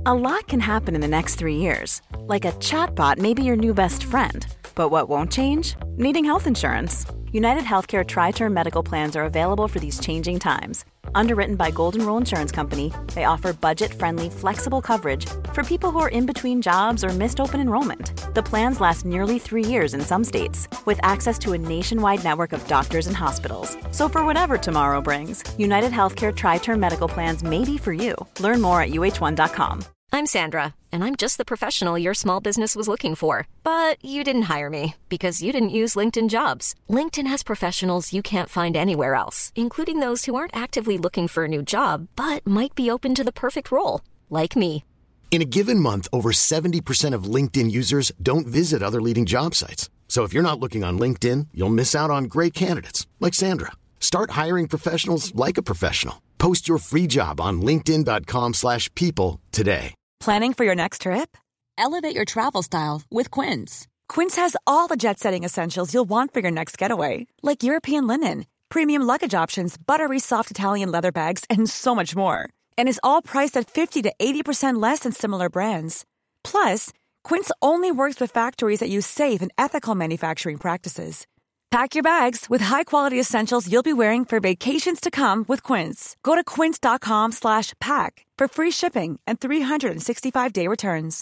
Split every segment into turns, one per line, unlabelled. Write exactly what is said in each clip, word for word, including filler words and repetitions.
A lot can happen in the next three years. Like a chatbot may be your new best friend. But what won't change? Needing health insurance. United Healthcare Tri-Term Medical Plans are available for these changing times. Underwritten by Golden Rule Insurance Company, they offer budget-friendly, flexible coverage for people who are in between jobs or missed open enrollment. The plans last nearly three years in some states, with access to a nationwide network of doctors and hospitals. So for whatever tomorrow brings, United Healthcare Tri-Term Medical Plans may be for you. Learn more at U H one dot com.
I'm Sandra, and I'm just the professional your small business was looking for. But you didn't hire me because you didn't use LinkedIn Jobs. LinkedIn has professionals you can't find anywhere else, including those who aren't actively looking for a new job, but might be open to the perfect role, like me.
In a given month, over seventy percent of LinkedIn users don't visit other leading job sites. So if you're not looking on LinkedIn, you'll miss out on great candidates, like Sandra. Start hiring professionals like a professional. Post your free job on linkedin dot com slash people today.
Planning for your next trip? Elevate your travel style with Quince. Quince has all the jet-setting essentials you'll want for your next getaway, like European linen, premium luggage options, buttery soft Italian leather bags, and so much more. And is all priced at fifty to eighty percent less than similar brands. Plus, Quince only works with factories that use safe and ethical manufacturing practices. Pack your bags with high-quality essentials you'll be wearing for vacations to come with Quince. Go to quince dot com slash pack for free shipping and three sixty-five day returns.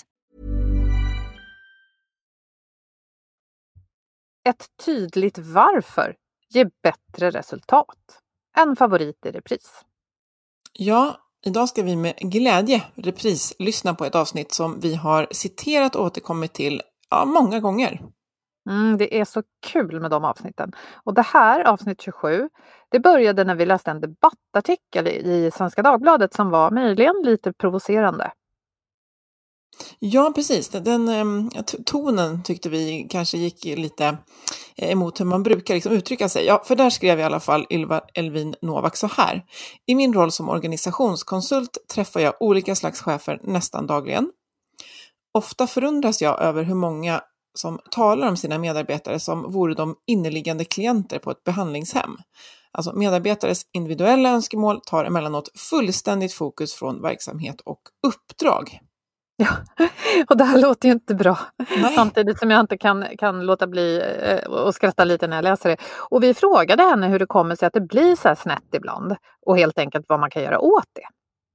Ett tydligt varför ger bättre resultat. En favorit i repris.
Ja, idag ska vi med glädje reprislyssna på ett avsnitt som vi har citerat och återkommit till ja, många gånger.
Mm, det är så kul med de avsnitten. Och det här, avsnitt tjugosju, det började när vi läste en debattartikel i Svenska Dagbladet som var möjligen lite provocerande.
Ja, precis. Den um, tonen tyckte vi kanske gick lite emot hur man brukar liksom uttrycka sig. Ja, för där skrev i alla fall Ylva Elvin Novak så här. I min roll som organisationskonsult träffar jag olika slags chefer nästan dagligen. Ofta förundras jag över hur många som talar om sina medarbetare som vore de inneliggande klienter på ett behandlingshem. Alltså medarbetares individuella önskemål tar emellanåt fullständigt fokus från verksamhet och uppdrag.
Ja, och det här låter ju inte bra.
Nej.
Samtidigt som jag inte kan, kan låta bli och skratta lite när jag läser det. Och vi frågade henne hur det kommer sig att det blir så här snett ibland. Och helt enkelt vad man kan göra åt det.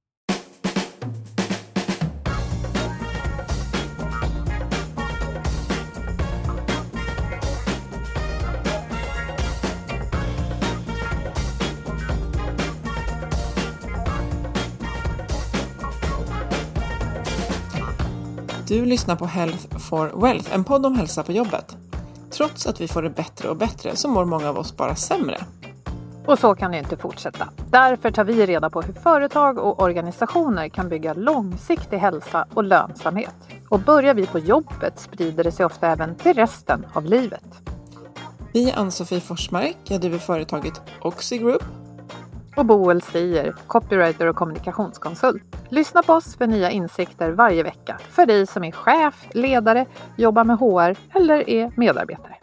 Du lyssnar på Health for Wealth, en podd om hälsa på jobbet. Trots att vi får det bättre och bättre så mår många av oss bara sämre.
Och så kan det inte fortsätta. Därför tar vi reda på hur företag och organisationer kan bygga långsiktig hälsa och lönsamhet. Och börjar vi på jobbet sprider det sig ofta även till resten av livet.
Vi är Ann-Sofie Forsmark, jag driver företaget Oxy Group.
Och Boel Stier, copywriter och kommunikationskonsult. Lyssna på oss för nya insikter varje vecka. För dig som är chef, ledare, jobbar med H R eller är medarbetare.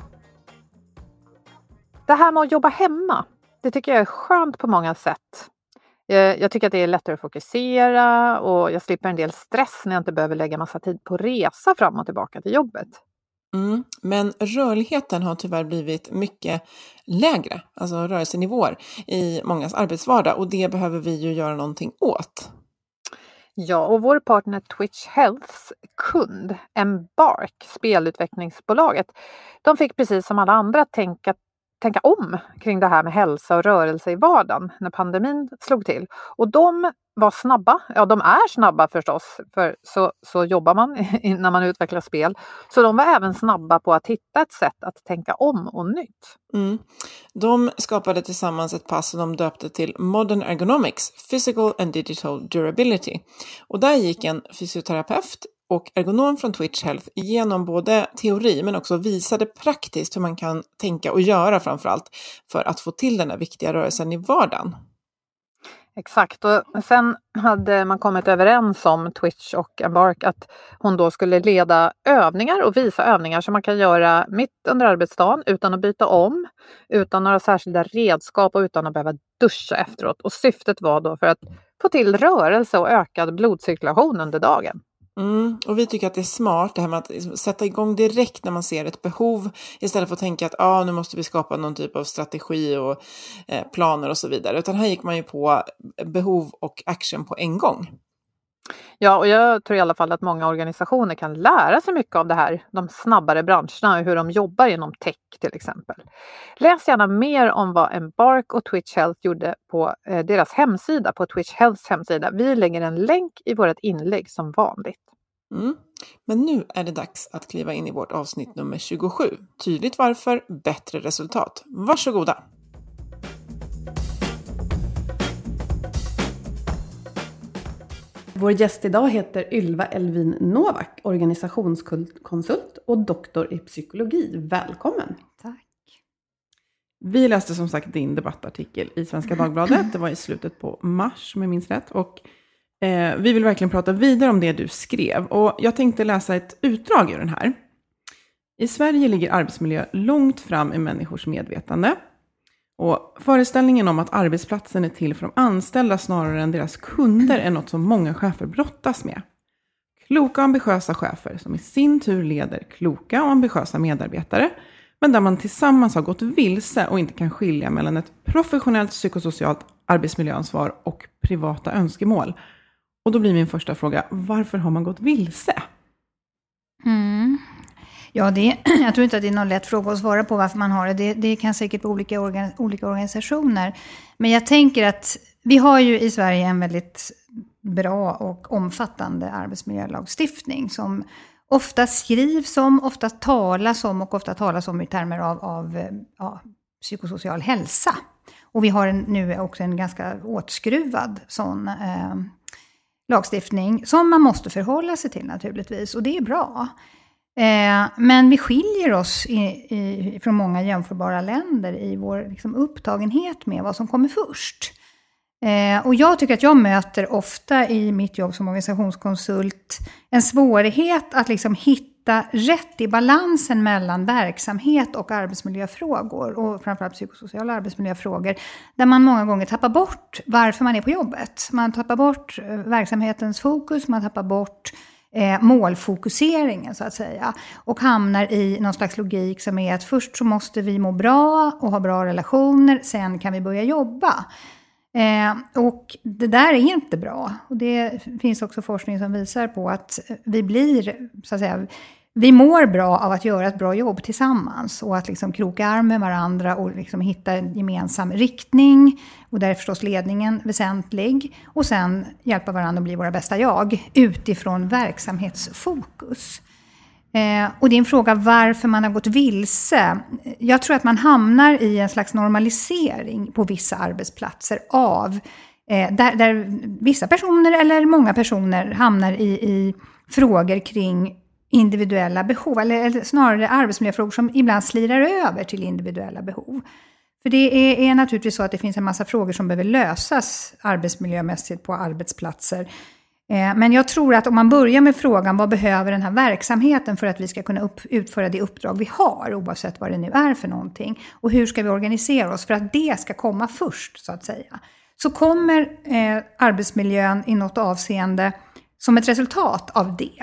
Det här med att jobba hemma, det tycker jag är skönt på många sätt. Jag tycker att det är lättare att fokusera och jag slipper en del stress när jag inte behöver lägga massa tid på resa fram och tillbaka till jobbet.
Mm, men rörligheten har tyvärr blivit mycket lägre, alltså rörelsenivåer i mångas arbetsvardag, och det behöver vi ju göra någonting åt.
Ja, och vår partner Twitch Healths kund Embark, spelutvecklingsbolaget, de fick precis som alla andra tänka tänka om kring det här med hälsa och rörelse i vardagen när pandemin slog till. Och de var snabba, ja de är snabba förstås, för så, så jobbar man när man utvecklar spel. Så de var även snabba på att hitta ett sätt att tänka om och nytt.
Mm. De skapade tillsammans ett pass som de döpte till Modern Ergonomics, Physical and Digital Durability. Och där gick en fysioterapeut och ergonom från Twitch Health igenom både teori men också visade praktiskt hur man kan tänka och göra framförallt för att få till den här viktiga rörelsen i vardagen.
Exakt, och sen hade man kommit överens om, Twitch och Embark, att hon då skulle leda övningar och visa övningar som man kan göra mitt under arbetsdagen utan att byta om, utan några särskilda redskap och utan att behöva duscha efteråt. Och syftet var då för att få till rörelse och ökad blodcirkulation under dagen.
Mm, och vi tycker att det är smart det här med att sätta igång direkt när man ser ett behov, istället för att tänka att ah, nu måste vi skapa någon typ av strategi och eh, planer och så vidare. Utan här gick man ju på behov och action på en gång.
Ja, och jag tror i alla fall att många organisationer kan lära sig mycket av det här, de snabbare branscherna och hur de jobbar inom tech till exempel. Läs gärna mer om vad Embark och Twitch Health gjorde på eh, deras hemsida, på Twitch Healths hemsida. Vi lägger en länk i vårt inlägg som vanligt.
Mm. Men nu är det dags att kliva in i vårt avsnitt nummer tjugosju. Tydligt varför, bättre resultat. Varsågoda!
Vår gäst idag heter Ylva Elvin Novak, organisationskonsult och doktor i psykologi. Välkommen!
Tack!
Vi läste som sagt din debattartikel i Svenska Dagbladet. Det var i slutet på mars, om jag minns rätt. Och eh, vi vill verkligen prata vidare om det du skrev. Och jag tänkte läsa ett utdrag ur den här. I Sverige ligger arbetsmiljö långt fram i människors medvetande. Och föreställningen om att arbetsplatsen är till för de anställda snarare än deras kunder är något som många chefer brottas med. Kloka och ambitiösa chefer som i sin tur leder kloka och ambitiösa medarbetare, men där man tillsammans har gått vilse och inte kan skilja mellan ett professionellt psykosocialt arbetsmiljöansvar och privata önskemål. Och då blir min första fråga, varför har man gått vilse?
Mm. Ja, det, jag tror inte att det är någon lätt fråga att svara på varför man har det. Det, det kan säkert på olika, organ, olika organisationer. Men jag tänker att vi har ju i Sverige en väldigt bra och omfattande arbetsmiljölagstiftning som ofta skrivs om, ofta talas om och ofta talas om i termer av, av ja, psykosocial hälsa. Och vi har en, nu också en ganska åtskruvad sån eh, lagstiftning som man måste förhålla sig till naturligtvis. Och det är bra. Eh, men vi skiljer oss i, i, från många jämförbara länder i vår liksom, upptagenhet med vad som kommer först. Eh, och jag tycker att jag möter ofta i mitt jobb som organisationskonsult en svårighet att liksom hitta rätt i balansen mellan verksamhet och arbetsmiljöfrågor och framförallt psykosociala arbetsmiljöfrågor där man många gånger tappar bort varför man är på jobbet. Man tappar bort verksamhetens fokus, man tappar bort eh, målfokuseringen så att säga och hamnar i någon slags logik som är att först så måste vi må bra och ha bra relationer, sen kan vi börja jobba. Eh, och det där är inte bra. Och det finns också forskning som visar på att vi blir, så att säga, vi mår bra av att göra ett bra jobb tillsammans. Och att liksom kroka arm med varandra och liksom hitta en gemensam riktning. Och där är förstås ledningen väsentlig. Och sen hjälpa varandra att bli våra bästa jag utifrån verksamhetsfokus. Eh, och det är en fråga varför man har gått vilse. Jag tror att man hamnar i en slags normalisering på vissa arbetsplatser av eh, där, där vissa personer eller många personer hamnar i, i frågor kring individuella behov eller, eller snarare arbetsmiljöfrågor som ibland slirar över till individuella behov. För det är, är naturligtvis så att det finns en massa frågor som behöver lösas arbetsmiljömässigt på arbetsplatser. Men jag tror att om man börjar med frågan vad behöver den här verksamheten för att vi ska kunna upp, utföra det uppdrag vi har oavsett vad det nu är för någonting och hur ska vi organisera oss för att det ska komma först så att säga. Så kommer eh, arbetsmiljön i något avseende som ett resultat av det.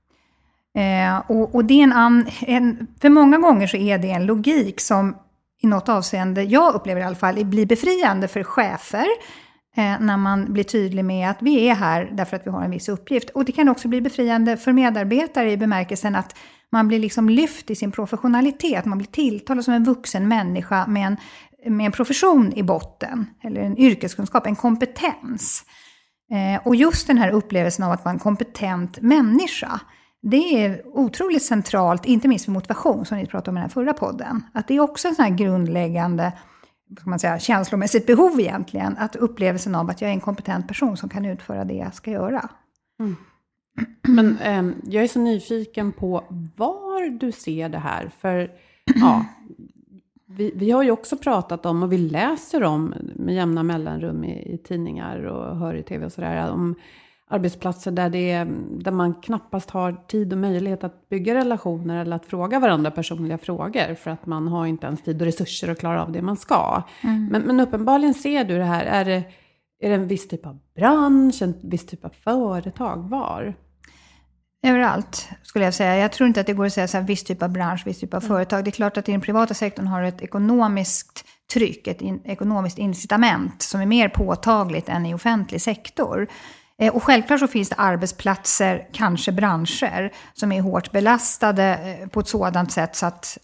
Eh, och, och det är en, an, en, för många gånger så är det en logik som i något avseende, jag upplever i alla fall, blir befriande för chefer. Eh, när man blir tydlig med att vi är här därför att vi har en viss uppgift. Och det kan också bli befriande för medarbetare i bemärkelsen att man blir liksom lyft i sin professionalitet. Man blir tilltalad som en vuxen människa med en, med en profession i botten. Eller en yrkeskunskap, en kompetens. Eh, och just den här upplevelsen av att vara en kompetent människa. Det är otroligt centralt, inte minst för motivation som ni pratade om i den här förra podden. Att det är också en sån här grundläggande kan man säga, känslomässigt behov egentligen. Att upplevelsen av att jag är en kompetent person som kan utföra det jag ska göra.
Mm. Men eh, jag är så nyfiken på var du ser det här. För ja, Vi, vi har ju också pratat om, och vi läser om med jämna mellanrum i, i tidningar och hör i tv och sådär, om arbetsplatser där, det är, där man knappast har tid och möjlighet att bygga relationer eller att fråga varandra personliga frågor, för att man har inte ens tid och resurser att klara av det man ska. Mm. Men, men uppenbarligen ser du det här, är det, är det en viss typ av bransch, en viss typ av företag, var?
Överallt skulle jag säga. Jag tror inte att det går att säga så här, viss typ av bransch, viss typ av mm. företag. Det är klart att i den privata sektorn har ett ekonomiskt tryck, ett in, ekonomiskt incitament som är mer påtagligt än i offentlig sektor. Eh, och självklart så finns det arbetsplatser, kanske branscher, som är hårt belastade eh, på ett sådant sätt så att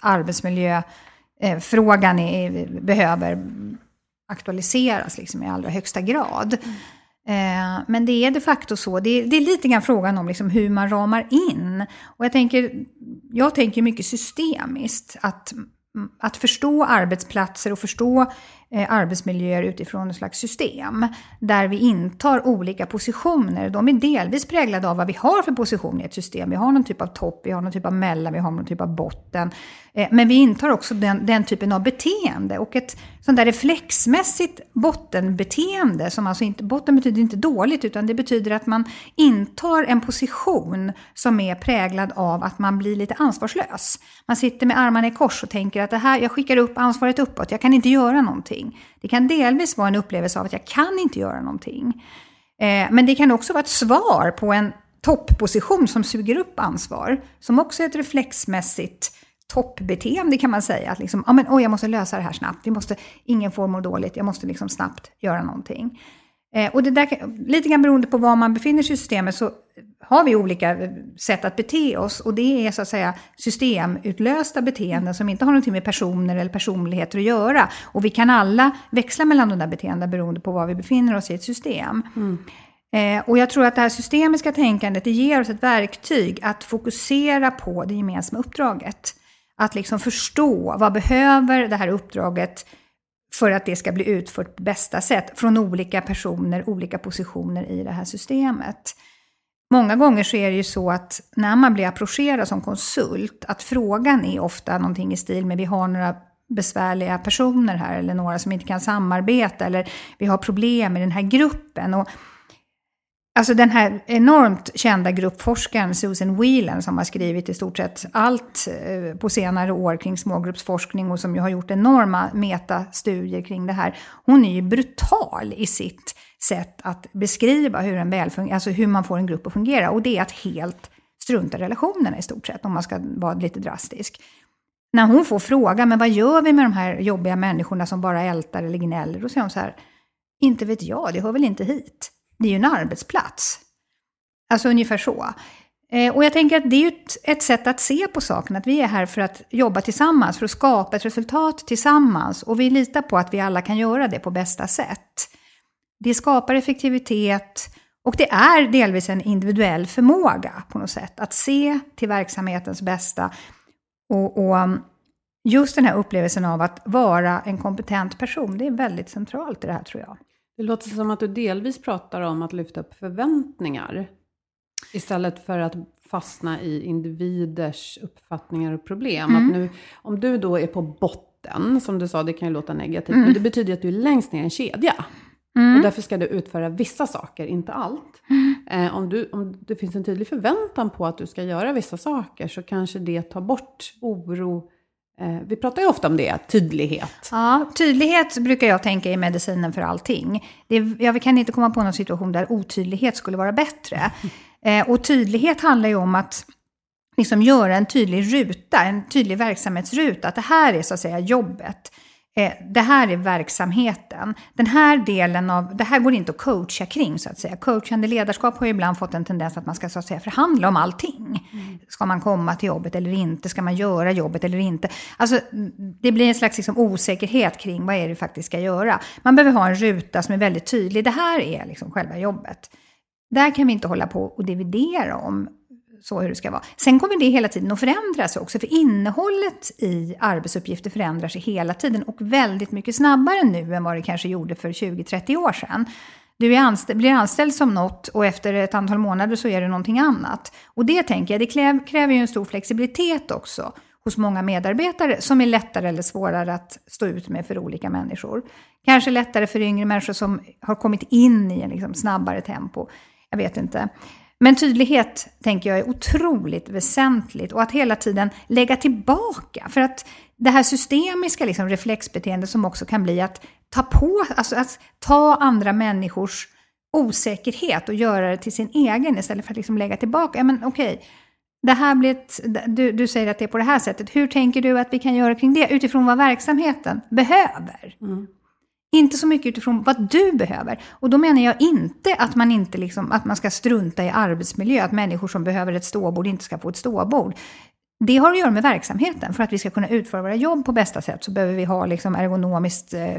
arbetsmiljöfrågan eh, behöver aktualiseras liksom, i allra högsta grad. Mm. Men det är de facto så. Det är, det är lite grann frågan om liksom hur man ramar in. Och jag tänker, jag tänker mycket systemiskt. Att, att förstå arbetsplatser och förstå eh, arbetsmiljöer utifrån ett slags system. Där vi intar olika positioner. De är delvis präglade av vad vi har för position i ett system. Vi har någon typ av topp, vi har någon typ av mellan, vi har någon typ av botten. Eh, men vi intar också den, den typen av beteende. Och ett sånt där reflexmässigt bottenbeteende, som alltså inte, botten betyder inte dåligt, utan det betyder att man intar en position som är präglad av att man blir lite ansvarslös. Man sitter med armarna i kors och tänker att det här, jag skickar upp ansvaret uppåt, jag kan inte göra någonting. Det kan delvis vara en upplevelse av att jag kan inte göra någonting. Eh, men det kan också vara ett svar på en toppposition som suger upp ansvar, som också är ett reflexmässigt toppbeteende kan man säga. Att liksom, ja men oj, jag måste lösa det här snabbt. Vi måste, ingen får må dåligt, jag måste liksom snabbt göra någonting. Eh, och det där, lite grann beroende på var man befinner sig i systemet, så har vi olika sätt att bete oss. Och det är så att säga systemutlösta beteenden som inte har någonting med personer eller personligheter att göra. Och vi kan alla växla mellan de där beteendena beroende på var vi befinner oss i ett system. Mm. Eh, och jag tror att det här systemiska tänkandet, det ger oss ett verktyg att fokusera på det gemensamma uppdraget. Att liksom förstå vad behöver det här uppdraget för att det ska bli utfört på bästa sätt från olika personer, olika positioner i det här systemet. Många gånger så är det ju så att när man blir approcherad som konsult, att frågan är ofta någonting i stil med vi har några besvärliga personer här eller några som inte kan samarbeta eller vi har problem i den här gruppen. Och alltså den här enormt kända gruppforskaren Susan Whelan som har skrivit i stort sett allt på senare år kring smågruppsforskning och som ju har gjort enorma metastudier kring det här. Hon är ju brutal i sitt sätt att beskriva hur en välfung- alltså hur man får en grupp att fungera. Och det är att helt strunta relationerna i stort sett, om man ska vara lite drastisk. När hon får fråga, men vad gör vi med de här jobbiga människorna som bara ältar eller gnäller? Då säger hon så här, inte vet jag, det hör väl inte hit. Det är ju en arbetsplats. Alltså ungefär så. Eh, och jag tänker att det är ju ett, ett sätt att se på saken. Att vi är här för att jobba tillsammans. För att skapa ett resultat tillsammans. Och vi litar på att vi alla kan göra det på bästa sätt. Det skapar effektivitet. Och det är delvis en individuell förmåga på något sätt. Att se till verksamhetens bästa. Och, och just den här upplevelsen av att vara en kompetent person. Det är väldigt centralt i det här, tror jag.
Det låter som att du delvis pratar om att lyfta upp förväntningar istället för att fastna i individers uppfattningar och problem. Mm. Att nu, om du då är på botten, som du sa, det kan ju låta negativt, mm. men det betyder att du är längst ner i en kedja. Mm. Och därför ska du utföra vissa saker, inte allt. Mm. Eh, om, du, om det finns en tydlig förväntan på att du ska göra vissa saker, så kanske det tar bort oro. Vi pratar ju ofta om det, tydlighet.
Ja, tydlighet brukar jag tänka i medicinen för allting. Det är, jag kan inte komma på någon situation där otydlighet skulle vara bättre. Eh, och tydlighet handlar ju om att liksom göra en tydlig ruta, en tydlig verksamhetsruta. Att det här är så att säga jobbet. Eh, det här är verksamheten. Den här delen av, det här går inte att coacha kring så att säga. Coachande ledarskap har ju ibland fått en tendens att man ska så att säga förhandla om allting. Mm. Ska man komma till jobbet eller inte? Ska man göra jobbet eller inte? Alltså det blir en slags liksom osäkerhet kring vad är det faktiskt ska göra. Man behöver ha en ruta som är väldigt tydlig. Det här är liksom själva jobbet. Där kan vi inte hålla på och dividera om så hur det ska vara. Sen kommer det hela tiden att förändras också. För innehållet i arbetsuppgifter förändrar sig hela tiden. Och väldigt mycket snabbare nu än vad det kanske gjorde för tjugo trettio år sedan. Du är anställd, blir anställd som något och efter ett antal månader så är det någonting annat. Och det tänker jag, det kräver, kräver ju en stor flexibilitet också. hos många medarbetare som är lättare eller svårare att stå ut med för olika människor. Kanske lättare för yngre människor som har kommit in i en liksom snabbare tempo. Jag vet inte. Men tydlighet tänker jag är otroligt väsentligt. Och att hela tiden lägga tillbaka. För att det här systemiska liksom reflexbeteende som också kan bli att ta på, alltså att ta andra människors osäkerhet och göra det till sin egen istället för att liksom lägga tillbaka. Ja, men okej, det här blir ett, du, du säger att det är på det här sättet. Hur tänker du att vi kan göra kring det utifrån vad verksamheten behöver? Mm. Inte så mycket utifrån vad du behöver. Och då menar jag inte att man inte liksom, att man ska strunta i arbetsmiljö, att människor som behöver ett ståbord inte ska få ett ståbord. Det har att göra med verksamheten. För att vi ska kunna utföra våra jobb på bästa sätt så behöver vi ha liksom ergonomiskt eh,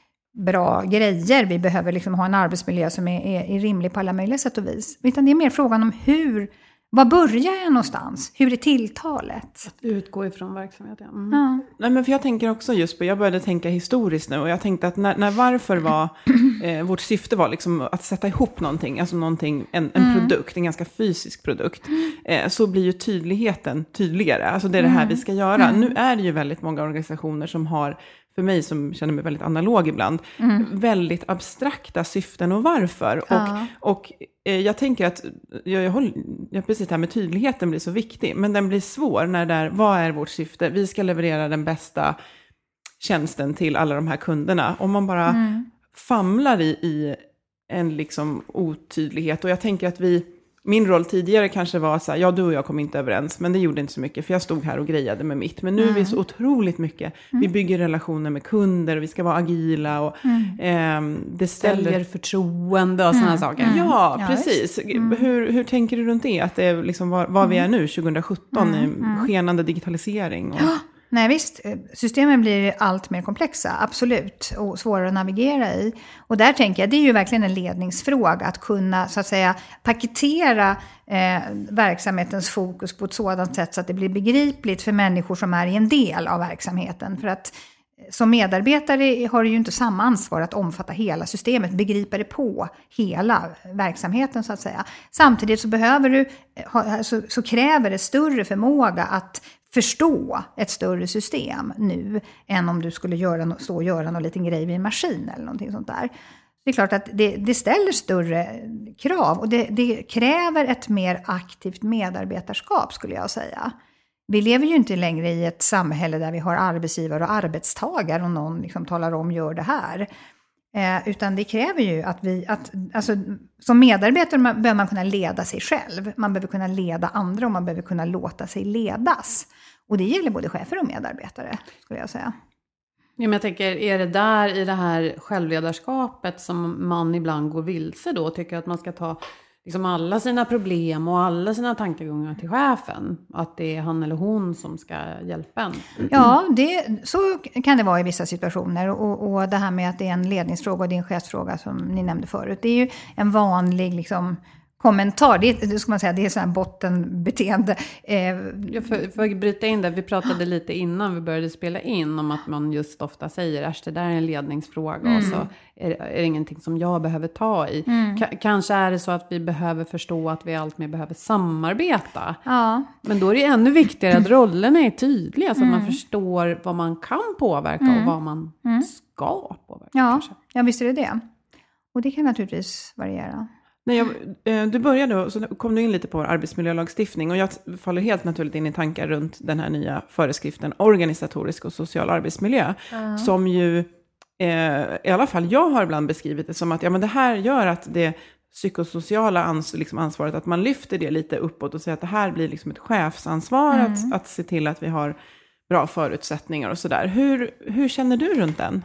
bra grejer. Vi behöver liksom ha en arbetsmiljö som är, är, är rimlig på alla möjliga sätt och vis. Utan det är mer frågan om hur, var börjar jag någonstans? Hur är tilltalet?
Att utgå ifrån verksamheten. Mm.
Ja.
Nej, men för jag tänker också just på, jag började tänka historiskt nu och jag tänkte att när, när varför var, eh, vårt syfte var liksom att sätta ihop någonting, alltså någonting, en, en mm. produkt, en ganska fysisk produkt, eh, så blir ju tydligheten tydligare. Alltså det är det här vi ska göra. Mm. Nu är det ju väldigt många organisationer som har, för mig som känner mig väldigt analog ibland, mm. väldigt abstrakta syften och varför. Ja. Och, och eh, jag tänker att, jag, jag håller, jag, precis det här med tydligheten blir så viktig, men den blir svår när det är, vad är vårt syfte? Vi ska leverera den bästa tjänsten till alla de här kunderna. Om man bara mm. famlar i, i en liksom otydlighet, och jag tänker att vi, min roll tidigare kanske var så här, ja du och jag kom inte överens, men det gjorde inte så mycket för jag stod här och grejade med mitt. Men nu mm. är vi så otroligt mycket, mm. vi bygger relationer med kunder och vi ska vara agila och mm. eh, det ställer
Säljer förtroende och sådana mm. saker.
Mm. Ja, ja, precis. Mm. Hur, hur tänker du runt det? Att det är liksom var, var vi är nu tjugohundrasjutton mm. i skenande digitalisering och...
Ja. Nej visst, systemen blir allt mer komplexa, absolut, och svårare att navigera i. Och där tänker jag, det är ju verkligen en ledningsfråga att kunna så att säga paketera eh, verksamhetens fokus på ett sådant sätt så att det blir begripligt för människor som är i en del av verksamheten. För att som medarbetare har du ju inte samma ansvar att omfatta hela systemet, begripa det på hela verksamheten så att säga. Samtidigt så behöver du, så, så kräver det större förmåga att förstå ett större system nu än om du skulle göra, stå och göra någon liten grej vid en maskin eller någonting sånt där. Det är klart att det, det ställer större krav och det, det kräver ett mer aktivt medarbetarskap skulle jag säga. Vi lever ju inte längre i ett samhälle där vi har arbetsgivare och arbetstagare och någon liksom talar om gör det här. Eh, utan det kräver ju att vi, att, alltså, som medarbetare man, behöver man kunna leda sig själv. Man behöver kunna leda andra och man behöver kunna låta sig ledas. Och det gäller både chefer och medarbetare skulle jag säga.
Ja, men jag tänker, är det där i det här självledarskapet som man ibland går vilse då? Tycker att man ska ta liksom alla sina problem och alla sina tankegångar till chefen. Att det är han eller hon som ska hjälpa en.
Ja, det, så kan det vara i vissa situationer. Och, och det här med att det är en ledningsfråga och det är en chefsfråga som ni nämnde förut. Det är ju en vanlig liksom, kommentar. Det, det ska man säga, det är sån här bottenbeteende. Eh,
Jag får, får jag bryta in där. Vi pratade lite innan vi började spela in om att man just ofta säger att det där är en ledningsfråga mm. och så är, är det ingenting som jag behöver ta i. Mm. K- kanske är det så att vi behöver förstå att vi allt mer behöver samarbeta.
Ja.
Men då är det ännu viktigare att rollerna är tydliga så att mm. man förstår vad man kan påverka mm. och vad man mm. ska påverka.
Ja.
Kanske.
Ja, visst är det det. Och det kan naturligtvis variera.
Nej, jag, du började och så kom du in lite på vår arbetsmiljölagstiftning och jag faller helt naturligt in i tankar runt den här nya föreskriften organisatorisk och social arbetsmiljö uh. som ju eh, i alla fall jag har ibland beskrivit det som att ja, men det här gör att det psykosociala ans- liksom ansvaret, att man lyfter det lite uppåt och säger att det här blir liksom ett chefsansvar mm. att, att se till att vi har bra förutsättningar och sådär. Hur, hur känner du runt den?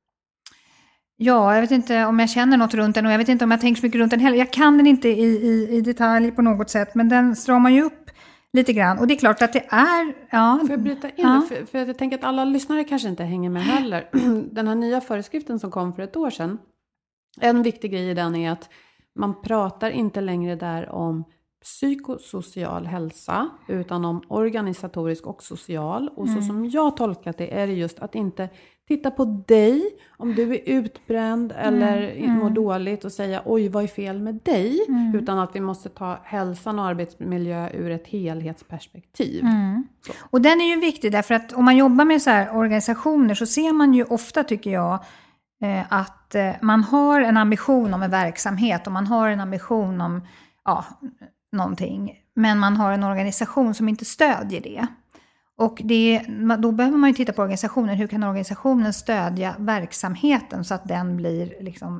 Ja, jag vet inte om jag känner något runt den och jag vet inte om jag tänker så mycket runt den heller. Jag kan den inte i, i, i detalj på något sätt, men den stramar ju upp lite grann. Och det är klart att det är... Ja,
får jag bryta in?
Ja.
För, för jag tänker att alla lyssnare kanske inte hänger med heller. Den här nya föreskriften som kom för ett år sedan. En viktig grej i den är att man pratar inte längre där om psykosocial hälsa utan om organisatorisk och social. Och så som jag tolkat det är det just att inte titta på dig om du är utbränd eller
mm.
mår dåligt och säga oj vad är fel med dig.
Mm.
Utan att vi måste ta hälsan och arbetsmiljö ur ett helhetsperspektiv.
Mm. Och den är ju viktig därför att om man jobbar med så här organisationer så ser man ju ofta tycker jag eh, att eh, man har en ambition om en verksamhet och man har en ambition om ja, någonting. Men man har en organisation som inte stödjer det. Och det, då behöver man ju titta på organisationen. Hur kan organisationen stödja verksamheten så att den blir liksom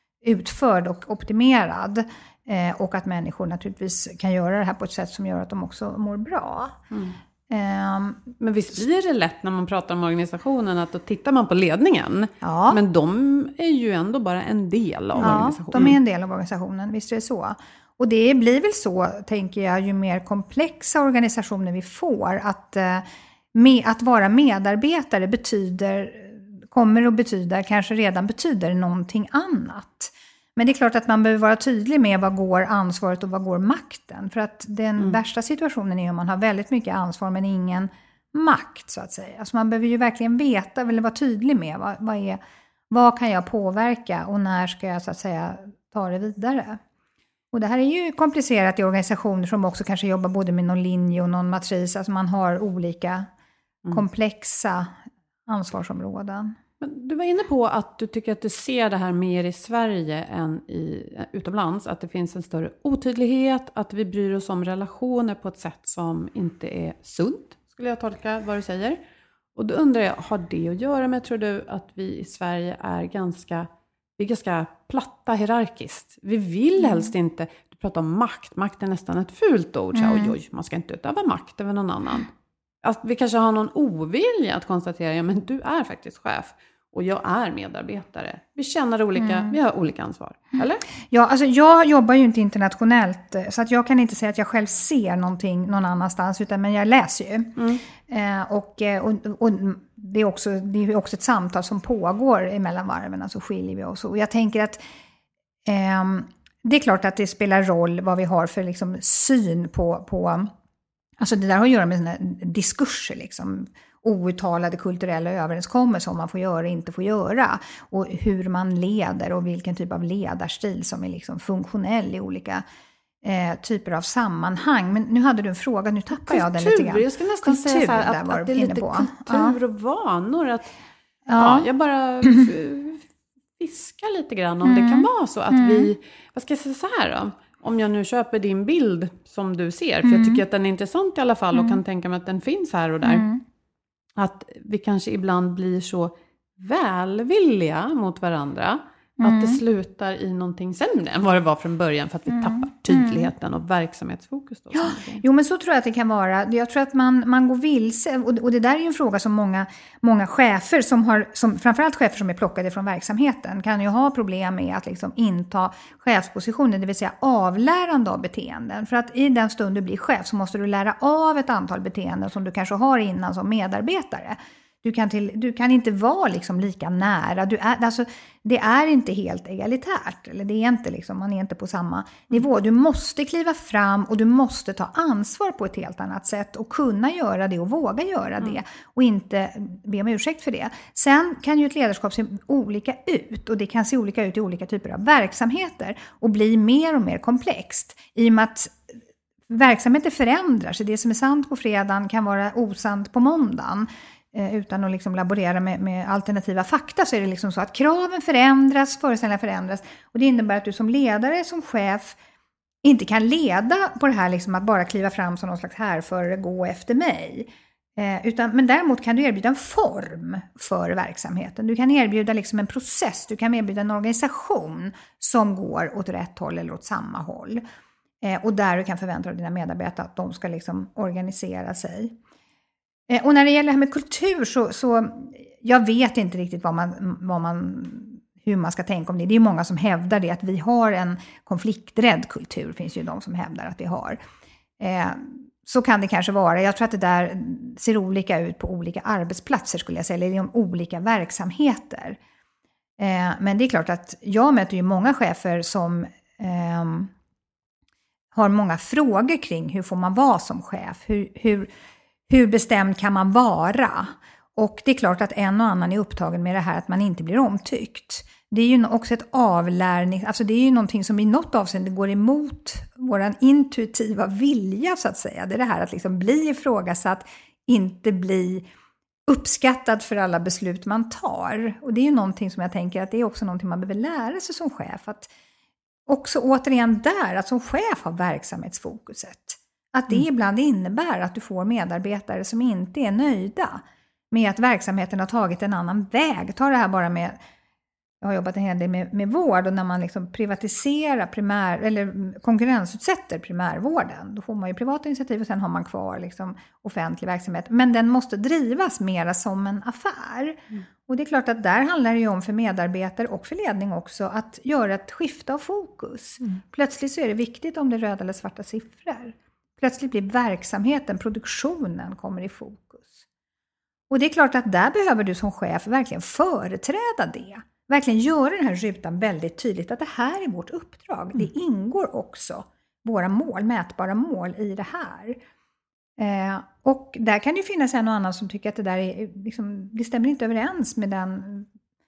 utförd och optimerad. Eh, och att människor naturligtvis kan göra det här på ett sätt som gör att de också mår bra.
Mm.
Eh,
Men visst blir det lätt när man pratar om organisationen att då tittar man på ledningen.
Ja.
Men de är ju ändå bara en del av
ja,
organisationen.
de är en del av organisationen, visst är det så. Och det blir väl så, tänker jag, ju mer komplexa organisationer vi får. Att, eh, med, att vara medarbetare betyder, kommer att betyda, kanske redan betyder någonting annat. Men det är klart att man behöver vara tydlig med vad går ansvaret och vad går makten. För att den mm. värsta situationen är om man har väldigt mycket ansvar men ingen makt så att säga. Alltså man behöver ju verkligen veta eller vara tydlig med vad, vad, är, vad kan jag påverka och när ska jag så att säga ta det vidare. Och det här är ju komplicerat i organisationer som också kanske jobbar både med någon linje och någon matris. Alltså man har olika mm. komplexa ansvarsområden.
Men du var inne på att du tycker att du ser det här mer i Sverige än i, utomlands. Att det finns en större otydlighet, att vi bryr oss om relationer på ett sätt som inte är sunt, skulle jag tolka vad du säger. Och då undrar jag, har det att göra med, tror du, att vi i Sverige är ganska, vi är ganska platta hierarkiskt? Vi vill mm. helst inte, du pratar om makt, makt är nästan ett fult ord. Mm. Så, oj, oj, man ska inte utöva makt över någon annan. Att vi kanske har någon ovilja att konstatera, ja men du är faktiskt chef och jag är medarbetare. Vi känner olika, mm. vi har olika ansvar, eller?
Ja, alltså jag jobbar ju inte internationellt så att jag kan inte säga att jag själv ser någonting någon annanstans utan men jag läser ju. Mm. Eh, och, och, och det är också det är också ett samtal som pågår emellan varven, alltså skiljer vi oss. Och jag tänker att eh, det är klart att det spelar roll vad vi har för liksom, syn på, på alltså det där har att göra med såna diskurser liksom. Outtalade kulturella överenskommelser om man får göra och inte får göra. Och hur man leder och vilken typ av ledarstil som är liksom funktionell i olika eh, typer av sammanhang. Men nu hade du en fråga, nu tappar
kultur,
jag den lite grann.
Jag ska nästan kultur, säga så här, att, att det är lite på. kultur och vanor. Att, ja. Ja, jag bara fiskar lite grann om mm. det kan vara så att mm. vi, vad ska jag säga så här då? Om jag nu köper din bild som du ser, för mm. jag tycker att den är intressant i alla fall och mm. kan tänka mig att den finns här och där. Mm. Att vi kanske ibland blir så välvilliga mot varandra mm. att det slutar i någonting sämre än vad det var från början för att vi mm. tappar tydligheten och verksamhetsfokus. Då,
ja. Jo, men så tror jag att det kan vara. Jag tror att man, man går vilse, och, och det där är ju en fråga som många, många chefer, som har, som, framförallt chefer som är plockade från verksamheten, kan ju ha problem med att liksom inta chefspositionen, det vill säga avlärande av beteenden. För att i den stund du blir chef så måste du lära av ett antal beteenden som du kanske har innan som medarbetare. Du kan, till, du kan inte vara liksom lika nära. Du är, alltså, det är inte helt egalitärt. Eller det är inte liksom, man är inte på samma nivå. Du måste kliva fram och du måste ta ansvar på ett helt annat sätt. Och kunna göra det och våga göra det. Och inte be om ursäkt för det. Sen kan ju ett ledarskap se olika ut. Och det kan se olika ut i olika typer av verksamheter. Och bli mer och mer komplext. I och med att verksamheter förändras. Så det som är sant på fredagen kan vara osant på måndagen. Utan att liksom laborera med, med alternativa fakta så är det liksom så att kraven förändras, föreställningar förändras. Och det innebär att du som ledare, som chef inte kan leda på det här liksom att bara kliva fram som någon slags härförare, gå efter mig. Eh, utan, men däremot kan du erbjuda en form för verksamheten. Du kan erbjuda liksom en process, du kan erbjuda en organisation som går åt rätt håll eller åt samma håll. Eh, och där du kan förvänta dig av dina medarbetare att de ska liksom organisera sig. Och när det gäller det här med kultur så, så jag vet inte riktigt vad man, vad man, hur man ska tänka om det. Det är ju många som hävdar det, att vi har en konflikträdd kultur. Det finns ju de som hävdar att vi har. Eh, så kan det kanske vara. Jag tror att det där ser olika ut på olika arbetsplatser skulle jag säga. Eller inom olika verksamheter. Eh, men det är klart att jag möter ju många chefer som eh, har många frågor kring hur får man vara som chef. Hur... hur Hur bestämd kan man vara? Och det är klart att en och annan är upptagen med det här att man inte blir omtyckt. Det är ju också ett avlärning, alltså det är ju någonting som i något avseende går emot vår intuitiva vilja så att säga. Det är det här att liksom bli ifrågasatt, inte bli uppskattad för alla beslut man tar. Och det är ju någonting som jag tänker att det är också någonting man behöver lära sig som chef. Att också återigen där, att som chef ha verksamhetsfokuset. Att det mm. ibland innebär att du får medarbetare som inte är nöjda med att verksamheten har tagit en annan väg. Ta det här bara med, jag har jobbat en hel del med, med vård och när man liksom privatiserar primär, eller konkurrensutsätter primärvården. Då får man ju privata initiativ och sen har man kvar liksom offentlig verksamhet. Men den måste drivas mera som en affär. Mm. Och det är klart att där handlar det ju om för medarbetare och för ledning också att göra ett skifte av fokus. Mm. Plötsligt så är det viktigt om det är röda eller svarta siffror. Plötsligt blir verksamheten, produktionen kommer i fokus. Och det är klart att där behöver du som chef verkligen företräda det. Verkligen göra den här rutan väldigt tydligt att det här är vårt uppdrag. Mm. Det ingår också våra mål, mätbara mål i det här. Eh, och där kan det ju finnas en och annan som tycker att det där är, liksom, det stämmer inte överens med den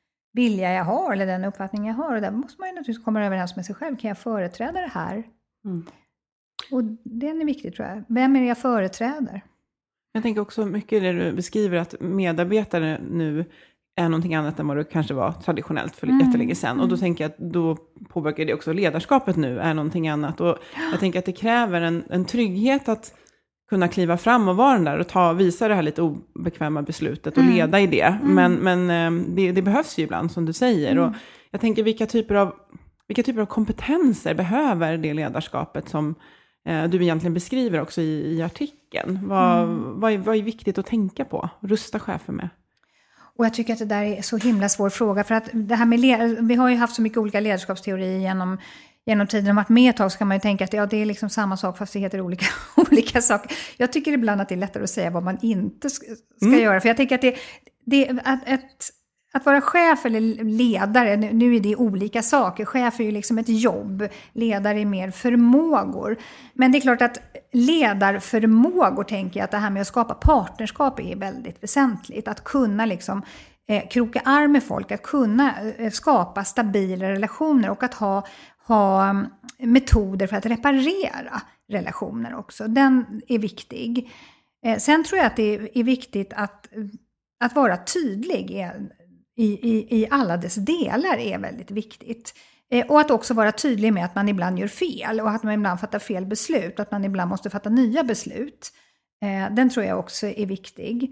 vilja jag har eller den uppfattning jag har. Och där måste man ju naturligtvis komma överens med sig själv. Kan jag företräda det här? Mm. Och den är viktig tror jag. Vem är det jag företräder?
Jag tänker också mycket det du beskriver att medarbetare nu är någonting annat än vad det kanske var traditionellt för mm. jättelänge sedan. Mm. Och då tänker jag att då påverkar det också ledarskapet nu är någonting annat. Och jag tänker att det kräver en, en trygghet att kunna kliva fram och vara den där och ta, visa det här lite obekväma beslutet och mm. leda i det. Mm. Men, men det, det behövs ju ibland som du säger. Mm. Och jag tänker vilka typer av, vilka typer av kompetenser behöver det ledarskapet som eh, du egentligen beskriver också i, i artikeln. Vad, mm. vad, är, vad är viktigt att tänka på? Rusta chefer med?
Och jag tycker att det där är så himla svår fråga. För att det här med led- vi har ju haft så mycket olika ledarskapsteorier genom, genom tiden. Om att med ett tag så kan man ju tänka att ja, det är liksom samma sak fast det heter olika, olika saker. Jag tycker ibland att det är lättare att säga vad man inte ska, ska mm. göra. För jag tänker att det, det att, ett, att vara chef eller ledare, nu är det olika saker. Chef är ju liksom ett jobb, ledare är mer förmågor. Men det är klart att ledarförmågor tänker jag att det här med att skapa partnerskap är väldigt väsentligt. Att kunna liksom eh, kroka arm med folk, att kunna eh, skapa stabila relationer och att ha, ha metoder för att reparera relationer också. Den är viktig. Eh, sen tror jag att det är viktigt att, att vara tydlig är, i, i, i alla dess delar är väldigt viktigt. Eh, och att också vara tydlig med att man ibland gör fel och att man ibland fattar fel beslut. Att man ibland måste fatta nya beslut. Eh, den tror jag också är viktig.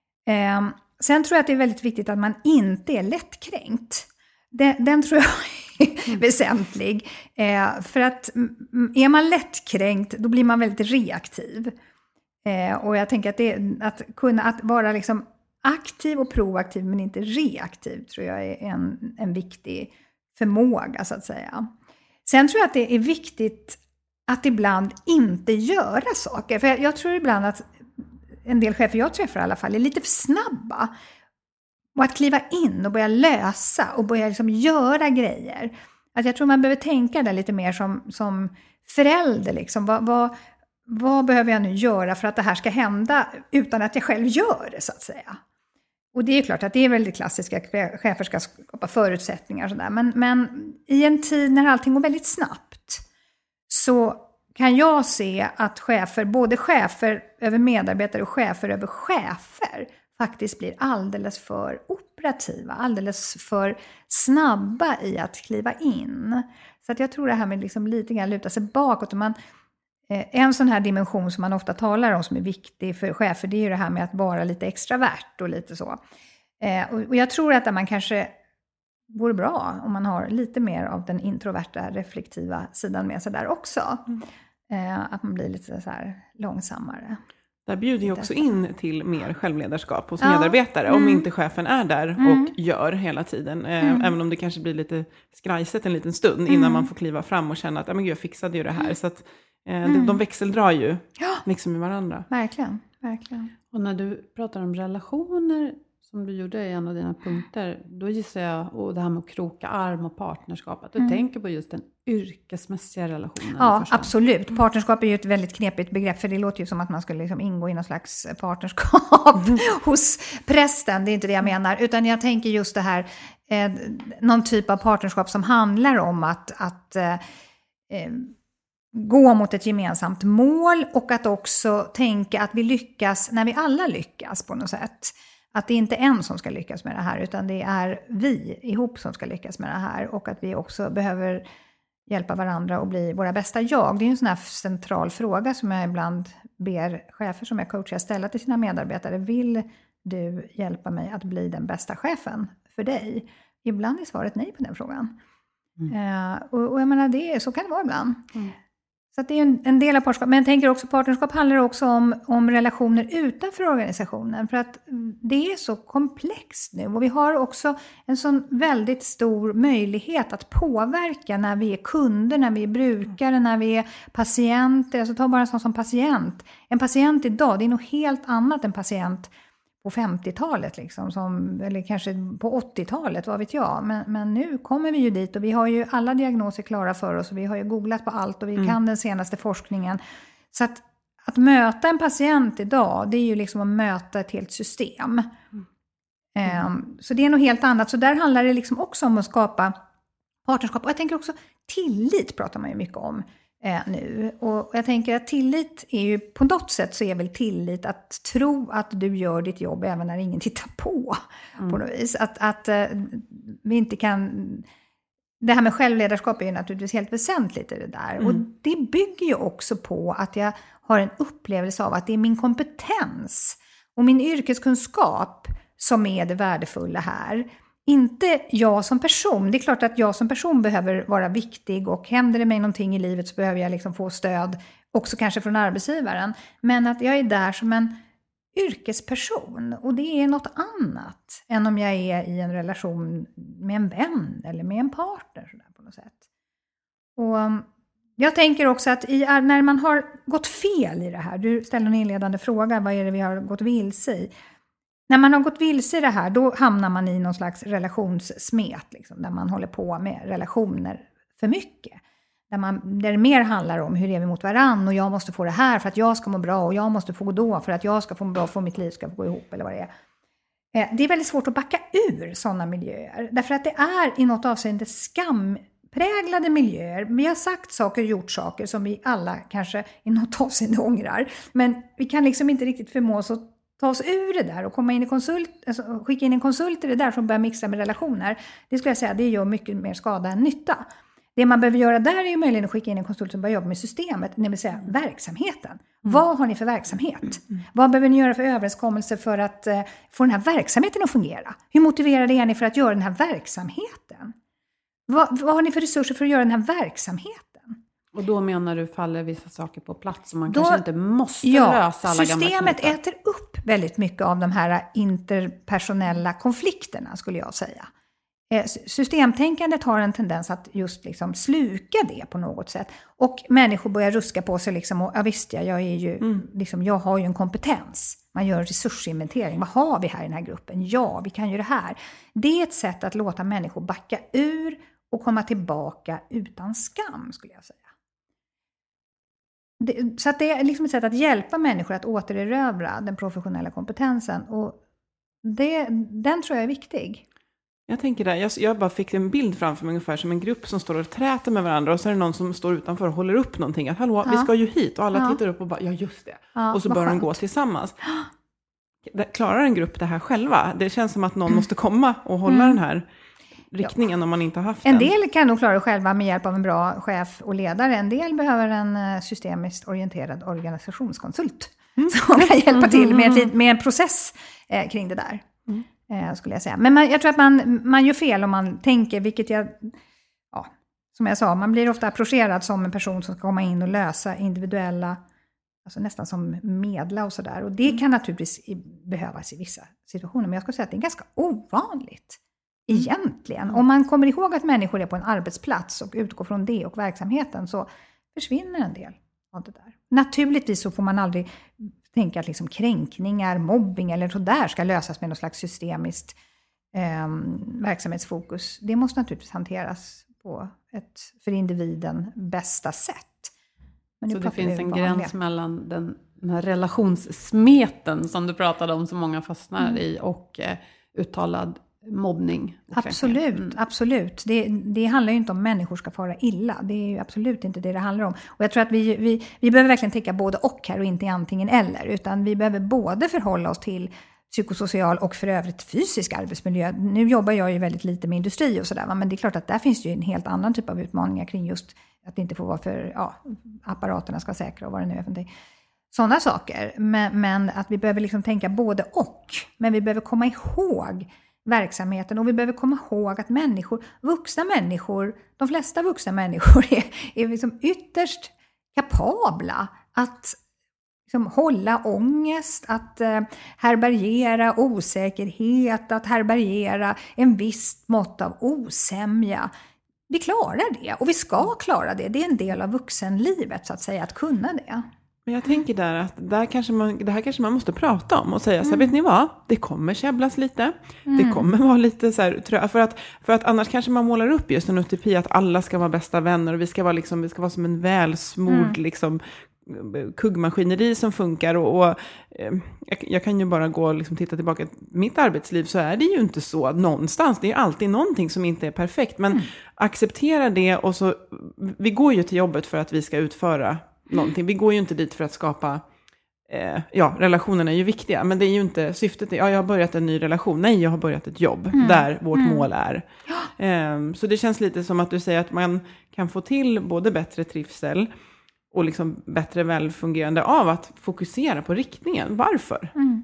Eh, sen tror jag att det är väldigt viktigt att man inte är lättkränkt. Den, den tror jag är mm. väsentlig. Eh, för att är man lättkränkt då blir man väldigt reaktiv. Eh, och jag tänker att, det, att kunna att vara liksom aktiv och proaktiv men inte reaktiv tror jag är en, en viktig förmåga så att säga. Sen tror jag att det är viktigt att ibland inte göra saker. För jag, jag tror ibland att en del chefer jag träffar i alla fall är lite för snabba. Och att kliva in och börja lösa och börja liksom göra grejer. Att jag tror man behöver tänka där lite mer som, som förälder. Liksom. Vad, vad, vad behöver jag nu göra för att det här ska hända utan att jag själv gör det så att säga. Och det är klart att det är väldigt klassiska att chefer ska skapa förutsättningar och sådär. Men, men i en tid när allting går väldigt snabbt så kan jag se att chefer, både chefer över medarbetare och chefer över chefer faktiskt blir alldeles för operativa, alldeles för snabba i att kliva in. Så att jag tror det här med liksom lite grann luta sig bakåt. Och man, en sån här dimension som man ofta talar om som är viktig för chefer, det är ju det här med att vara lite extravert och lite så. Och jag tror att man kanske vore bra om man har lite mer av den introverta, reflektiva sidan med sig där också. Mm. Att man blir lite så här långsammare.
Där bjuder ju också in till mer självledarskap hos ja. medarbetare. Mm. Om inte chefen är där mm. och gör hela tiden. Mm. Även om det kanske blir lite skrajset en liten stund mm. innan man får kliva fram och känna att men jag fixade ju det här. Så att eh, mm. de växeldrar ju liksom i varandra.
Verkligen, verkligen.
Och när du pratar om relationer som du gjorde i en av dina punkter, då gissar jag, och det här med att kroka arm och partnerskap, att du
Mm.
tänker på just den yrkesmässiga relationen.
Ja, absolut. Partnerskap är ju ett väldigt knepigt begrepp, för det låter ju som att man skulle liksom ingå i någon slags partnerskap hos prästen. Det är inte det jag menar, utan jag tänker just det här, eh, någon typ av partnerskap som handlar om att, att eh, eh, gå mot ett gemensamt mål, och att också tänka att vi lyckas när vi alla lyckas på något sätt. Att det är inte en som ska lyckas med det här, utan det är vi ihop som ska lyckas med det här. Och att vi också behöver hjälpa varandra och bli våra bästa jag. Det är en sån här central fråga som jag ibland ber chefer som jag coachar ställa till sina medarbetare. Vill du hjälpa mig att bli den bästa chefen för dig? Ibland är svaret nej på den frågan. Mm. Uh, och, och jag menar, det, så kan det vara ibland. Mm. Så att det är en, en del av partnerskap. Men jag tänker också, partnerskap handlar också om, om relationer utanför organisationen. För att det är så komplext nu. Och vi har också en sån väldigt stor möjlighet att påverka när vi är kunder, när vi är brukare, när vi är patienter. Alltså ta bara en sån som patient. En patient idag, det är nog helt annat än patient på femtiotalet liksom, som, eller kanske på åttiotalet, vad vet jag. Men, men nu kommer vi ju dit och vi har ju alla diagnoser klara för oss och vi har ju googlat på allt och vi mm. kan den senaste forskningen. Så att, att möta en patient idag, det är ju liksom att möta ett helt system. Mm. Um, så det är nog helt annat. Så där handlar det liksom också om att skapa partnerskap. Och jag tänker också, tillit pratar man ju mycket om eh, nu. Och jag tänker att tillit är ju, på något sätt så är väl tillit att tro att du gör ditt jobb även när ingen tittar på. Mm. På något vis. Att, att eh, vi inte kan... Det här med självledarskap är ju naturligtvis helt väsentligt i det där. Mm. Och det bygger ju också på att jag har en upplevelse av att det är min kompetens och min yrkeskunskap som är det värdefulla här. Inte jag som person. Det är klart att jag som person behöver vara viktig, och händer det mig någonting i livet så behöver jag liksom få stöd, också kanske från arbetsgivaren. Men att jag är där som en yrkesperson, och det är något annat än om jag är i en relation med en vän eller med en partner så där, på något sätt. Och jag tänker också att i, när man har gått fel i det här, du ställer en inledande fråga, vad är det vi har gått vilse i? När man har gått vilse i det här, då hamnar man i någon slags relationssmet, liksom, där man håller på med relationer för mycket. Där, man, där det mer handlar om hur är vi mot varann, och jag måste få det här för att jag ska må bra, och jag måste få gå då för att jag ska få må bra, för mitt liv ska få gå ihop, eller vad det är. Eh, det är väldigt svårt att backa ur sådana miljöer, därför att det är i något avseende skampräglade miljöer. Vi har sagt saker och gjort saker som vi alla kanske i något avseende ångrar, men vi kan liksom inte riktigt förmå oss att ta oss ur det där och komma in i konsult, alltså skicka in en konsult i det där som börjar mixa med relationer. Det skulle jag säga, det gör mycket mer skada än nytta. Det man behöver göra där är ju möjligen att skicka in en konsult som börjar jobba med systemet, det vill säga verksamheten. Mm. Vad har ni för verksamhet? Mm. Vad behöver ni göra för överenskommelser för att uh, få den här verksamheten att fungera? Hur motiverade är ni för att göra den här verksamheten? Vad, vad har ni för resurser för att göra den här verksamheten? Och
då menar du faller vissa saker på plats som man då, kanske inte måste
ja,
lösa alla gamla
systemet
knutar.
Äter upp väldigt mycket av de här interpersonella konflikterna, skulle jag säga. Systemtänkandet har en tendens att just liksom sluka det på något sätt. Och människor börjar ruska på sig liksom, och ja visst, ja, jag, är ju, mm. liksom, jag har ju en kompetens. Man gör en resursinventering. Vad har vi här i den här gruppen? Ja, vi kan ju det här. Det är ett sätt att låta människor backa ur och komma tillbaka utan skam, skulle jag säga. Det, så att det är liksom ett sätt att hjälpa människor att återerövra den professionella kompetensen. Och det, den tror jag är viktig.
Jag tänker där, jag, jag bara fick en bild framför mig ungefär som en grupp som står och träter med varandra, och så är det någon som står utanför och håller upp någonting. Att hallå, ja. vi ska ju hit, och alla ja. tittar upp och bara, ja just det. Ja, och så börjar de gå tillsammans. Klarar en grupp det här själva? Det känns som att någon mm. måste komma och hålla mm. den här riktningen ja. om man inte har haft
en
den.
En del kan nog klara det själva med hjälp av en bra chef och ledare. En del behöver en systemiskt orienterad organisationskonsult mm. som kan hjälpa till med, ett, med en process eh, kring det där. Mm. Eh, skulle jag säga. Men man, jag tror att man, man gör fel om man tänker, vilket jag, ja, som jag sa, man blir ofta approcherad som en person som ska komma in och lösa individuella, alltså nästan som medla och sådär. Och det kan naturligtvis i, behövas i vissa situationer, men jag skulle säga att det är ganska ovanligt egentligen. Mm. Om man kommer ihåg att människor är på en arbetsplats och utgår från det och verksamheten, så försvinner en del av det där. Naturligtvis så får man aldrig tänka att liksom kränkningar, mobbing eller så där ska lösas med något slags systemiskt eh, verksamhetsfokus. Det måste naturligtvis hanteras på ett för individen bästa sätt. Men
så det finns en gräns mellan den, den här relationssmeten som du pratade om som många fastnar mm. i och eh, uttalad mobbning.
Absolut, mm. absolut. Det, det handlar ju inte om människor ska fara illa. Det är ju absolut inte det det handlar om. Och jag tror att vi, vi, vi behöver verkligen tänka både och här och inte antingen eller. Utan vi behöver både förhålla oss till psykosocial och för övrigt fysisk arbetsmiljö. Nu jobbar jag ju väldigt lite med industri och sådär. Men det är klart att där finns det ju en helt annan typ av utmaningar kring just att det inte får vara för, ja, apparaterna ska säkra och vad det nu är för någonting. Sådana saker. Men, men att vi behöver liksom tänka både och. Men vi behöver komma ihåg verksamheten och vi behöver komma ihåg att människor, vuxna människor, de flesta vuxna människor är, är liksom ytterst kapabla att liksom hålla ångest, att eh, härbärgera osäkerhet, att härbärgera en viss mått av osämja. Vi klarar det och vi ska klara det. Det är en del av vuxenlivet så att säga, att kunna det.
Men jag tänker där att där kanske man, det här kanske man måste prata om och säga så här, mm. vet ni vad? Det kommer käbblas lite. Mm. Det kommer vara lite så här, för att, för att annars kanske man målar upp just en utopi att alla ska vara bästa vänner och vi ska vara, liksom, vi ska vara som en välsmord mm. liksom, kuggmaskineri som funkar och, och eh, jag, jag kan ju bara gå och liksom titta tillbaka. Mitt arbetsliv så är det ju inte så någonstans. Det är alltid någonting som inte är perfekt. Men mm. acceptera det och så, vi går ju till jobbet för att vi ska utföra någonting. Vi går ju inte dit för att skapa eh, ja, relationerna är ju viktiga, men det är ju inte syftet. Ja, jag har börjat en ny relation. Nej, jag har börjat ett jobb mm. där vårt mm. mål är. Eh, så det känns lite som att du säger att man kan få till både bättre trivsel och liksom bättre välfungerande av att fokusera på riktningen. Varför?
Mm.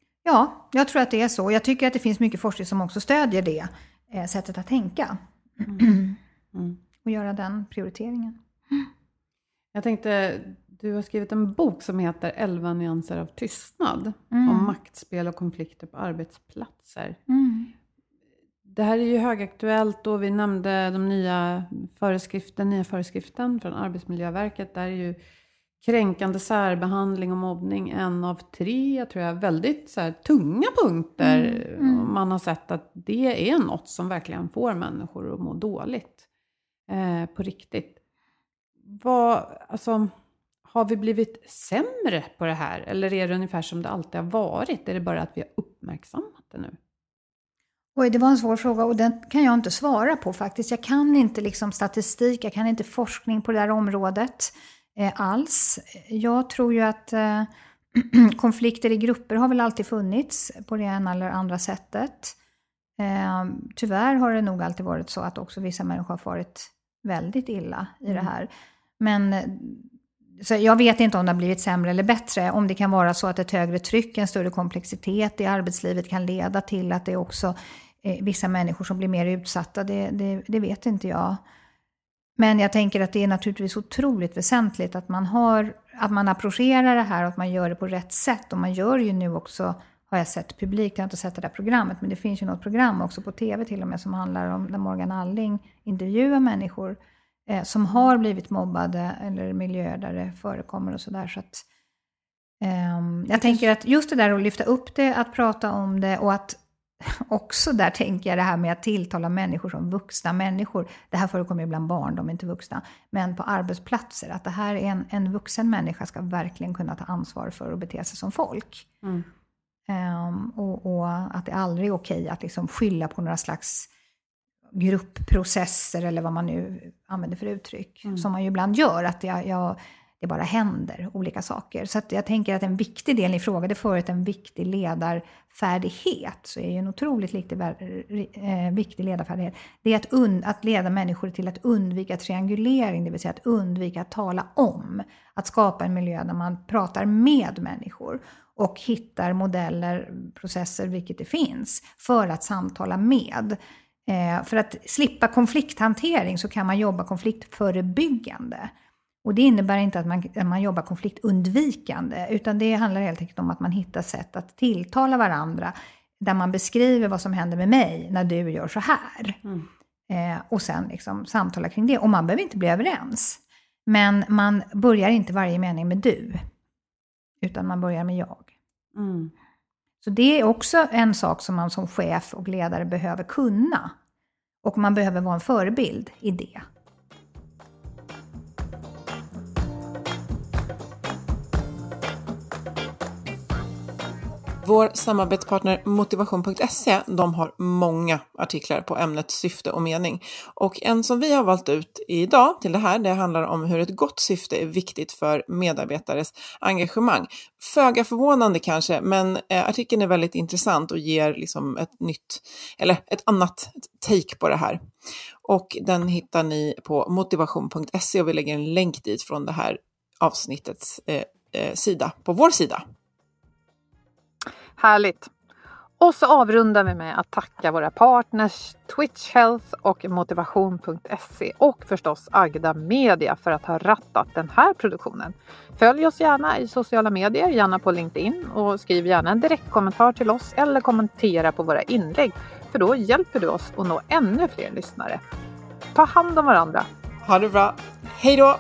Ja, jag tror att det är så. Jag tycker att det finns mycket forskning som också stödjer det eh, sättet att tänka. Mm. Mm. Och göra den prioriteringen. Mm.
Jag tänkte, du har skrivit en bok som heter elva nyanser av tystnad. Mm. Om maktspel och konflikter på arbetsplatser. Mm. Det här är ju högaktuellt och vi nämnde de nya föreskriften, nya föreskriften från Arbetsmiljöverket. Där är ju kränkande särbehandling och mobbning en av tre, jag tror jag, väldigt så här, tunga punkter. Mm. Mm. Man har sett att det är något som verkligen får människor att må dåligt eh, på riktigt. Vad, alltså, har vi blivit sämre på det här? Eller är det ungefär som det alltid har varit? Är det bara att vi har uppmärksammat det nu?
Oj, det var en svår fråga och den kan jag inte svara på faktiskt. Jag kan inte liksom statistik, jag kan inte forskning på det här området eh, alls. Jag tror ju att eh, konflikter i grupper har väl alltid funnits på det ena eller andra sättet. Eh, tyvärr har det nog alltid varit så att också vissa människor har farit väldigt illa i mm. det här. Men så jag vet inte om det har blivit sämre eller bättre. Om det kan vara så att ett högre tryck, en större komplexitet i arbetslivet kan leda till att det är också eh, vissa människor som blir mer utsatta. Det, det, det vet inte jag. Men jag tänker att det är naturligtvis otroligt väsentligt att man, har, att man approcherar det här och att man gör det på rätt sätt. Och man gör ju nu också, har jag sett publikt, jag har inte sett det där programmet, men det finns ju något program också på tv till och med som handlar om där Morgan Alling intervjuar människor eh, som har blivit mobbade eller miljöer där det förekommer och sådär. Så att eh, jag tänker att just det där att lyfta upp det, att prata om det och att också där tänker jag det här med att tilltala människor som vuxna människor. Det här förekommer bland barn, de är inte vuxna. Men på arbetsplatser, att det här är en, en vuxen människa ska verkligen kunna ta ansvar för att bete sig som folk. Mm. Um, och, och att det aldrig är okej att liksom skylla på några slags gruppprocesser eller vad man nu använder för uttryck. Mm. Som man ju ibland gör, att jag, jag, det bara händer olika saker. Så att jag tänker att en viktig del, ni frågade förut, en viktig ledarfärdighet, så är ju en otroligt viktig, eh, viktig ledarfärdighet. Det är att, und, att leda människor till att undvika triangulering, det vill säga att undvika att tala om. Att skapa en miljö där man pratar med människor och hittar modeller, processer, vilket det finns, för att samtala med. Eh, för att slippa konflikthantering så kan man jobba konfliktförebyggande. Och det innebär inte att man, att man jobbar konfliktundvikande, utan det handlar helt enkelt om att man hittar sätt att tilltala varandra där man beskriver vad som händer med mig när du gör så här. Mm. Eh, och sen liksom samtala kring det. Och man behöver inte bli överens. Men man börjar inte varje mening med du. utan man börjar med jag.
Mm.
Så det är också en sak som man som chef och ledare behöver kunna. Och man behöver vara en förebild i det.
Vår samarbetspartner motivation punkt se, de har många artiklar på ämnet syfte och mening. Och en som vi har valt ut idag till det här, det handlar om hur ett gott syfte är viktigt för medarbetares engagemang. Föga förvånande kanske, men eh, artikeln är väldigt intressant och ger liksom ett nytt, eller ett annat take på det här. Och den hittar ni på motivation punkt se och vi lägger en länk dit från det här avsnittets eh, eh, sida på vår sida.
Härligt. Och så avrundar vi med att tacka våra partners Twitch Health och motivation punkt se och förstås Agda Media för att ha rattat den här produktionen. Följ oss gärna i sociala medier, gärna på LinkedIn och skriv gärna en direktkommentar till oss eller kommentera på våra inlägg för då hjälper du oss att nå ännu fler lyssnare. Ta hand om varandra.
Ha det bra. Hej då!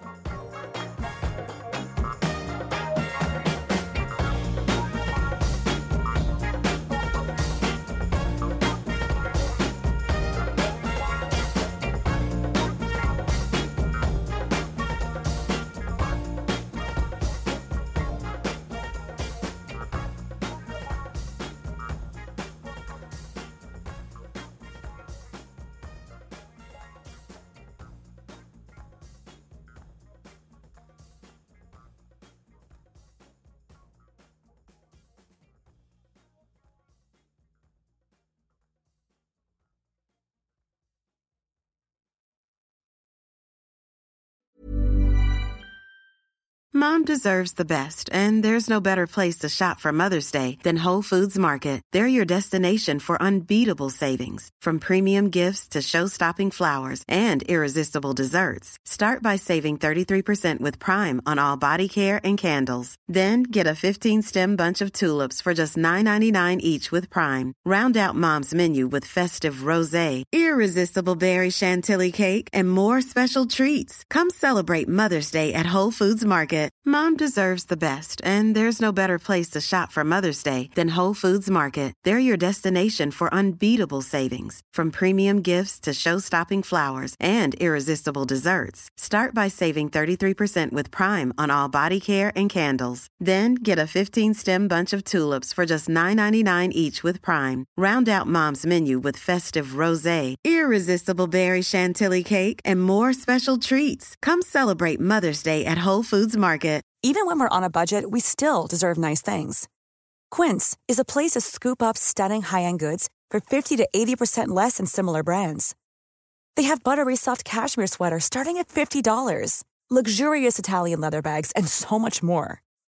Mom deserves the best, and there's no better place to shop for Mother's Day than Whole Foods Market. They're your destination for unbeatable savings, from premium gifts to show-stopping flowers and irresistible desserts. Start by saving thirty-three percent with Prime on all body care and candles. Then get a fifteen-stem bunch of tulips for just nine ninety-nine each with Prime. Round out Mom's menu with festive rosé, irresistible berry chantilly cake, and more special treats. Come celebrate Mother's Day at Whole Foods Market. Mom deserves the best, and there's no better place to shop for Mother's Day than Whole Foods Market. They're your destination for unbeatable savings, from premium gifts to show-stopping flowers and irresistible desserts. Start by saving thirty-three percent with Prime on all body care and candles. Then get a fifteen-stem bunch of tulips for just nine ninety-nine each with Prime. Round out Mom's menu with festive rosé, irresistible berry chantilly cake, and more special treats. Come celebrate Mother's Day at Whole Foods Market.
Even when we're on a budget, we still deserve nice things. Quince is a place to scoop up stunning high-end goods for fifty to eighty percent less than similar brands. They have buttery soft cashmere sweaters starting at fifty dollars, luxurious Italian leather bags, and so much more.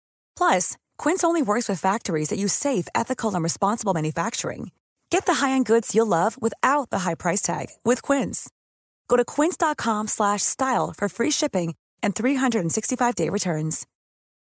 Plus, Quince only works with factories that use safe, ethical, and responsible manufacturing. Get the high-end goods you'll love without the high price tag with Quince. Go to quince dot com slash style for free shipping and three hundred sixty-five day returns.